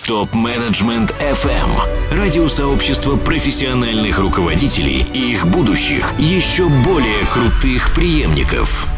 Топ-менеджмент FM. Радиосообщество профессиональных руководителей и их будущих, еще более крутых преемников.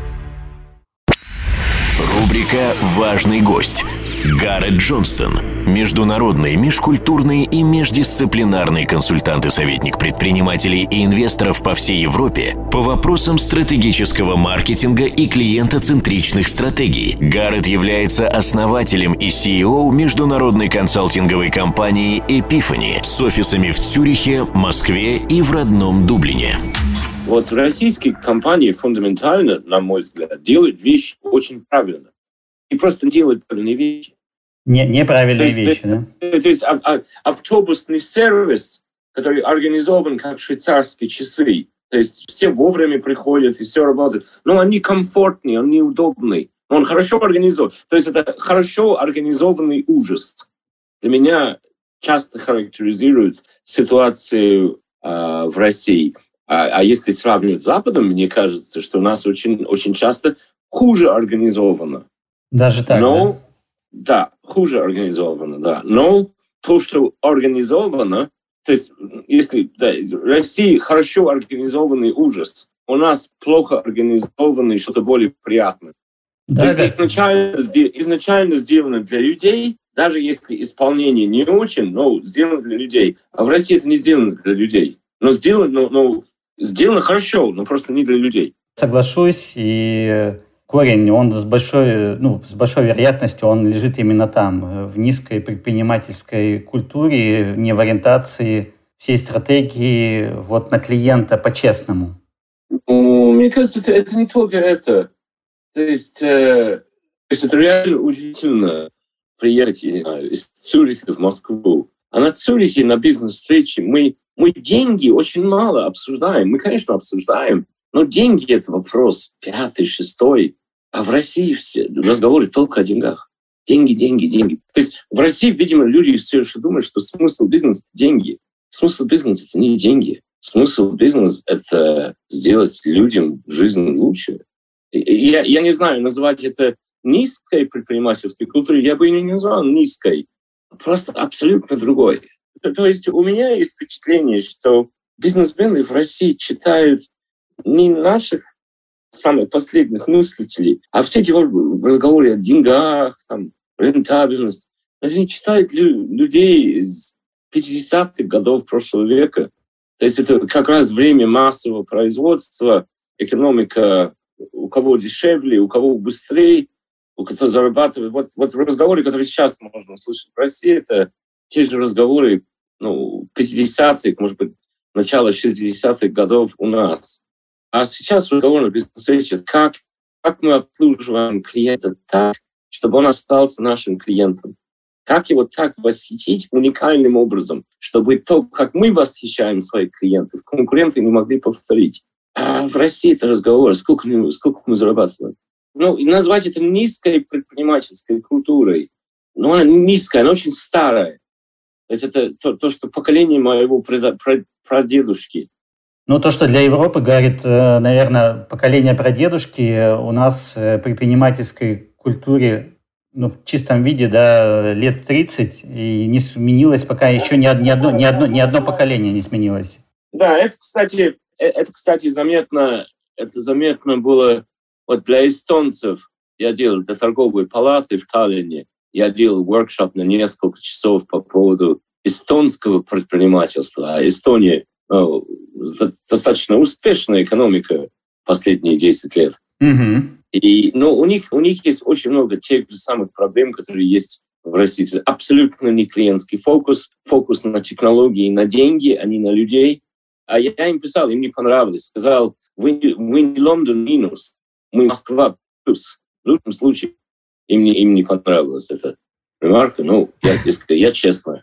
Рубрика «Важный гость». Гаррет Джонстон. Международный, межкультурный и междисциплинарный консультант и советник предпринимателей и инвесторов по всей Европе по вопросам стратегического маркетинга и клиентоцентричных стратегий. Гаррет является основателем и CEO международной консалтинговой компании Epiphany с офисами в Цюрихе, Москве и в родном Дублине. Вот российские компании фундаментально, на мой взгляд, делают вещи очень правильно. И просто делают правильные вещи. Неправильные вещи, да? То есть автобусный сервис, который организован как швейцарские часы, то есть все вовремя приходят и все работает. Но они комфортные, они удобные. Он хорошо организован. То есть это хорошо организованный ужас. Для меня часто характеризует ситуацию в России. А если сравнивать с Западом, мне кажется, что у нас очень, очень часто хуже организовано. Даже так, да, хуже организовано, да. Но то, что организовано, то есть если в России хорошо организованный ужас, у нас плохо организованный что-то более приятное. Да, то есть изначально сделано для людей, даже если исполнение не очень, но сделано для людей. А в России это не сделано для людей. Но сделано хорошо, но просто не для людей. Соглашусь, и корень, он с большой вероятностью он лежит именно там, в низкой предпринимательской культуре, не в ориентации всей стратегии вот на клиента по-честному. Мне кажется, это не только это. То есть это реально удивительно приехать из Цюриха в Москву. А на Цюрихе на бизнес-встрече мы деньги очень мало обсуждаем. Мы, конечно, обсуждаем, но деньги — это вопрос 5-й, 6-й. А в России все разговоры только о деньгах. Деньги, деньги, деньги. То есть в России, видимо, люди все еще думают, что смысл бизнеса — деньги. Смысл бизнеса — это не деньги. Смысл бизнеса — это сделать людям жизнь лучше. Я не знаю, назвать это низкой предпринимательской культурой, я бы ее не назвал низкой. Просто абсолютно другой. То есть у меня есть впечатление, что бизнесмены в России читают не наших самых последних мыслителей, а все эти разговоры о деньгах, рентабельность. Они читают людей из 50-х годов прошлого века. То есть это как раз время массового производства, экономика у кого дешевле, у кого быстрее, у кого зарабатывает. Вот разговоры, которые сейчас можно слышать в России, это те же разговоры 50-х, может быть, начало 60-х годов у нас. А сейчас разговор на бизнес-встрече, как мы обслуживаем клиента так, чтобы он остался нашим клиентом. Как его так восхитить уникальным образом, чтобы то, как мы восхищаем своих клиентов, конкуренты не могли повторить. А в России это разговор, сколько мы зарабатываем. И назвать это низкой предпринимательской культурой. Но она низкая, она очень старая. То есть это то, что поколение моего прадедушки. То, что для Европы, говорит, наверное, поколение прадедушки, у нас в предпринимательской культуре в чистом виде, лет 30, и не сменилось пока еще ни одно поколение не сменилось. Да, это, кстати, заметно было для эстонцев. Я делал для торговой палаты в Таллине. Я делал воркшоп на несколько часов по поводу эстонского предпринимательства. А Эстония достаточно успешная экономика последние 10 лет. Mm-hmm. И у них есть очень много тех же самых проблем, которые есть в России. Абсолютно не клиентский фокус на технологии, на деньги, а не на людей. А я им писал, им не понравилось. Сказал, вы не Лондон минус, мы Москва плюс. В любом случае, им не понравилась эта ремарка. Я честно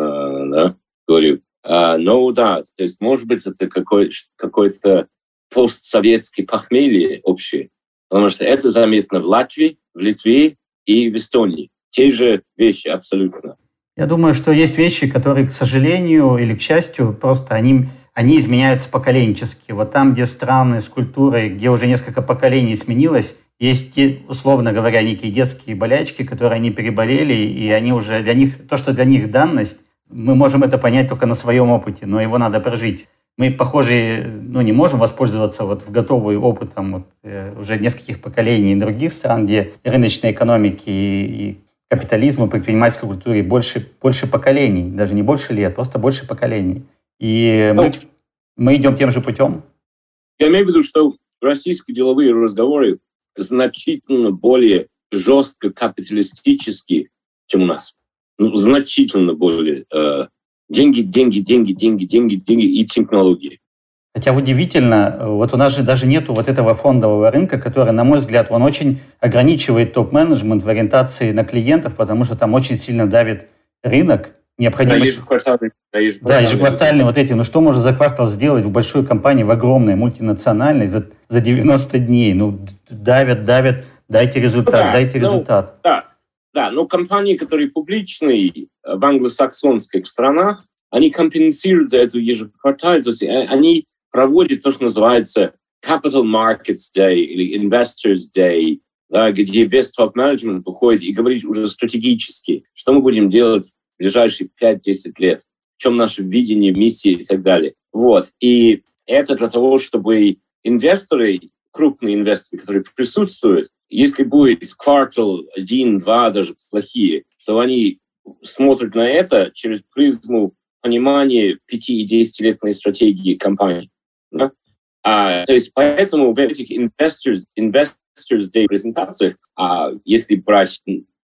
говорю. То есть, может быть, это какой-то постсоветский похмелье общее. Потому что это заметно в Латвии, в Литве и в Эстонии. Те же вещи абсолютно. Я думаю, что есть вещи, которые, к сожалению или к счастью, просто они изменяются поколенчески. Вот там, где страны с культурой, где уже несколько поколений сменилось, есть, условно говоря, некие детские болячки, которые они переболели, и они уже для них, то, что для них данность, мы можем это понять только на своем опыте, но его надо прожить. Мы, похоже, не можем воспользоваться в готовый опытом уже нескольких поколений других стран, где рыночной экономики и капитализму, предпринимательской культуре больше поколений, даже не больше лет, просто больше поколений. И мы идем тем же путем. Я имею в виду, что российские деловые разговоры значительно более жестко капиталистические, чем у нас. Значительно более. Деньги и технологии. Хотя удивительно, вот у нас же даже нету вот этого фондового рынка, который, на мой взгляд, он очень ограничивает топ-менеджмент в ориентации на клиентов, потому что там очень сильно давит рынок. Необходимость... Да, ежеквартальные вот эти. Что можно за квартал сделать в большой компании, в огромной, мультинациональной за 90 дней? Давят, дайте результат. Да, но компании, которые публичные в англосаксонских странах, они компенсируют за эту ежеквартальную, то есть они проводят то, что называется Capital Markets Day или Investors Day, да, где весь топ-менеджмент выходит и говорит уже стратегически, что мы будем делать в ближайшие 5-10 лет, в чем наше видение, миссия и так далее. Вот. И это для того, чтобы инвесторы, крупные инвесторы, которые присутствуют, если будет квартал 1-2 даже плохие, то они смотрят на это через призму понимания 5- и 10-летней стратегии компании. Да? То есть поэтому в этих Investors Day презентациях, если брать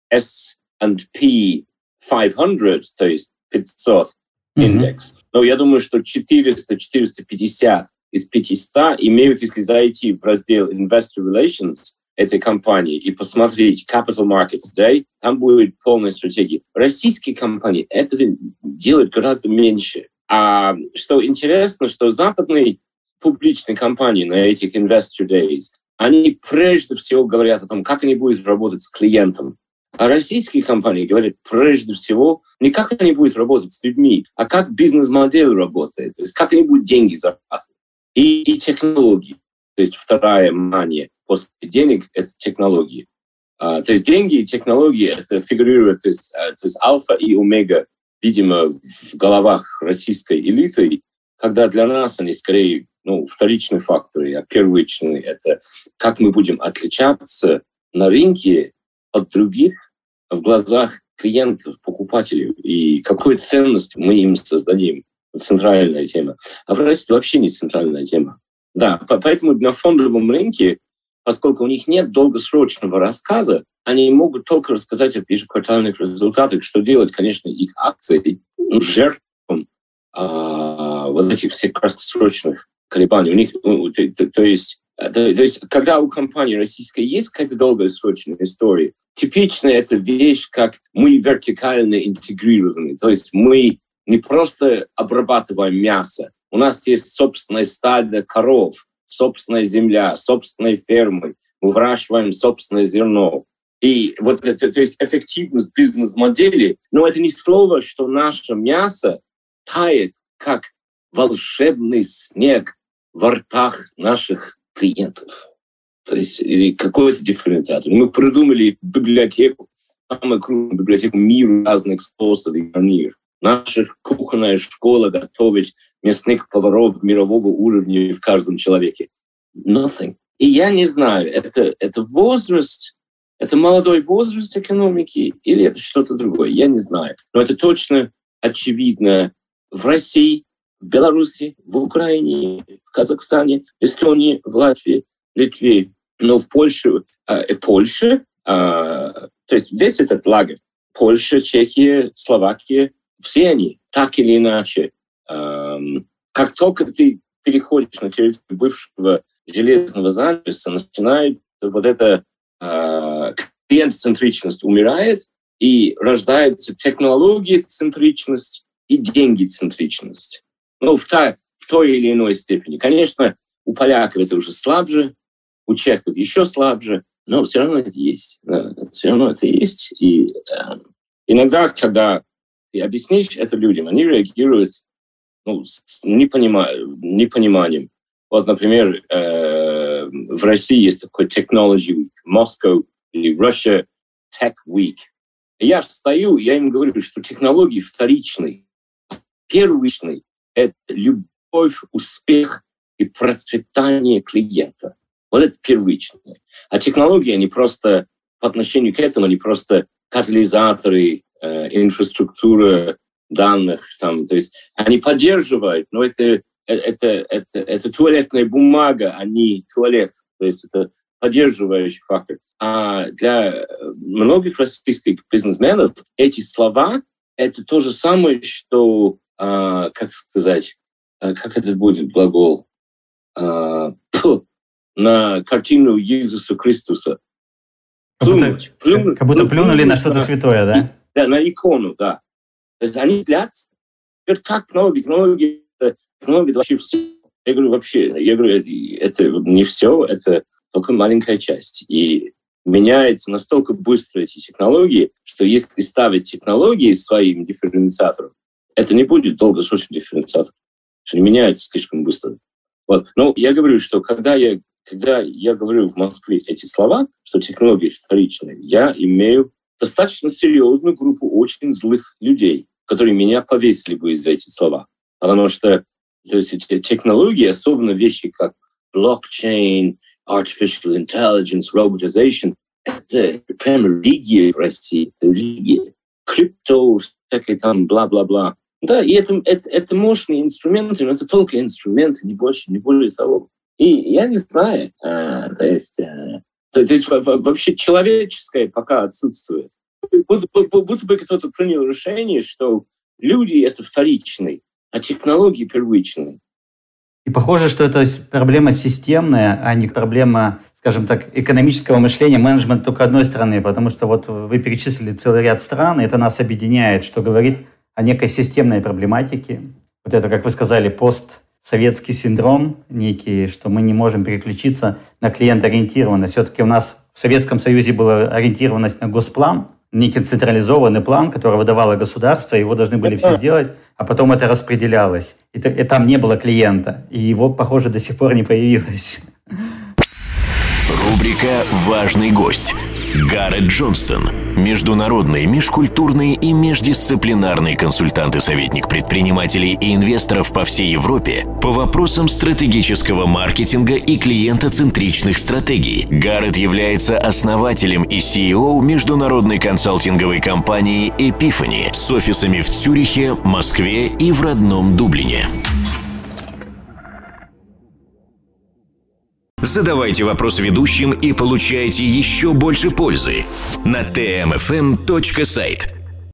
S&P 500, то есть 500 индекс, но я думаю, что 400-450 из 500 имеют, если зайти в раздел Investor Relations этой компании и посмотреть Capital Markets Day, там будет полная стратегия. Российские компании это делают гораздо меньше. А что интересно, что западные публичные компании на этих Investor Days, они прежде всего говорят о том, как они будут работать с клиентом. А российские компании говорят прежде всего не как они будут работать с людьми, а как бизнес-модель работает, то есть как они будут деньги зарабатывать. И технологии. То есть вторая мания после денег – это технологии. То есть деньги и технологии – это фигурирует, то есть альфа и омега, видимо, в головах российской элиты, когда для нас они скорее вторичные факторы, а первичные – это как мы будем отличаться на рынке от других в глазах клиентов, покупателей, и какую ценность мы им создадим. Это центральная тема. А в России вообще не центральная тема. Да, поэтому на фондовом рынке, поскольку у них нет долгосрочного рассказа, они могут только рассказать о ежеквартальных результатах, что делать, конечно, их акции жертвам вот этих всех краткосрочных колебаний. У них, то есть, когда у компании российской есть какая-то долгосрочная история, типичная эта вещь, как мы вертикально интегрированы. То есть мы не просто обрабатываем мясо, у нас есть собственное стадо коров, собственная земля, собственные фермы, мы выращиваем собственное зерно. И вот это, то есть эффективность бизнес-модели, но это не слово, что наше мясо тает, как волшебный снег во ртах наших клиентов. То есть или какой-то дифференциатор. Мы придумали библиотеку, самую крупную библиотеку мира разных соусов и гарниров. Наша кухонная школа готовит мясных поваров мирового уровня в каждом человеке. Nothing. И я не знаю, это возраст, это молодой возраст экономики или это что-то другое, я не знаю. Но это точно очевидно в России, в Беларуси, в Украине, в Казахстане, в Эстонии, в Латвии, в Литве, но в Польше, то есть весь этот лагерь, Польша, Чехия, Словакия, все они так или иначе, как только ты переходишь на территорию бывшего железного занавеса, начинает вот эта клиент-центричность умирает, и рождается технология-центричность и деньги-центричность. В той или иной степени. Конечно, у поляков это уже слабже, у чехов еще слабже, но все равно это есть. Все равно это есть. И иногда, когда ты объяснишь это людям, они реагируют с непониманием. Вот, например, в России есть такой Technology Week, Moscow или Russia Tech Week. Я встаю, я им говорю, что технологии вторичные. Первичный – это любовь, успех и процветание клиента. Вот это первичное. А технологии, они просто по отношению к этому, они просто катализаторы, инфраструктура данных. Там, то есть они поддерживают, но это туалетная бумага, а не туалет. То есть это поддерживающий фактор. А для многих российских бизнесменов эти слова – это то же самое, что, как сказать, как это будет глагол, на картину Иисуса Христа. Плюнуть. Как будто плюнули на что-то святое, да? Да, на икону, да. То есть они злятся. Как технологии вообще все. Я говорю, это не все, это только маленькая часть. И меняются настолько быстро эти технологии, что если ставить технологии своим дифференциатором, это не будет долгосрочный дифференциатор, что не меняется слишком быстро. Вот. Но я говорю, что когда я говорю в Москве эти слова, что технологии вторичные, я имею достаточно серьезную группу очень злых людей, которые меня повесили бы из-за этих слов. Потому что то есть, технологии, особенно вещи как блокчейн, artificial intelligence, robotisation, это прямо религия в России, это религия. Крипто, всякие там бла-бла-бла. Да, и это мощные инструменты, но это только инструменты, не больше, не более того. И я не знаю, то есть вообще человеческое пока отсутствует. Будто бы кто-то принял решение, что люди — это вторичные, а технологии первичные. И похоже, что это проблема системная, а не проблема, скажем так, экономического мышления, менеджмента только одной страны, потому что вот вы перечислили целый ряд стран, и это нас объединяет, что говорит о некой системной проблематике. Вот это, как вы сказали, постсоветский синдром некий, что мы не можем переключиться на клиент-ориентированность. Все-таки у нас в Советском Союзе была ориентированность на госплан, некий централизованный план, который выдавало государство, его должны были все сделать, а потом это распределялось. И там не было клиента, и его, похоже, до сих пор не появилось. Рубрика «Важный гость». Гаррет Джонстон. Международный, межкультурный и междисциплинарный консультант и советник предпринимателей и инвесторов по всей Европе по вопросам стратегического маркетинга и клиентоцентричных стратегий. Гаррет является основателем и CEO международной консалтинговой компании Epiphany с офисами в Цюрихе, Москве и в родном Дублине. Задавайте вопросы ведущим и получайте еще больше пользы на tmfm.site.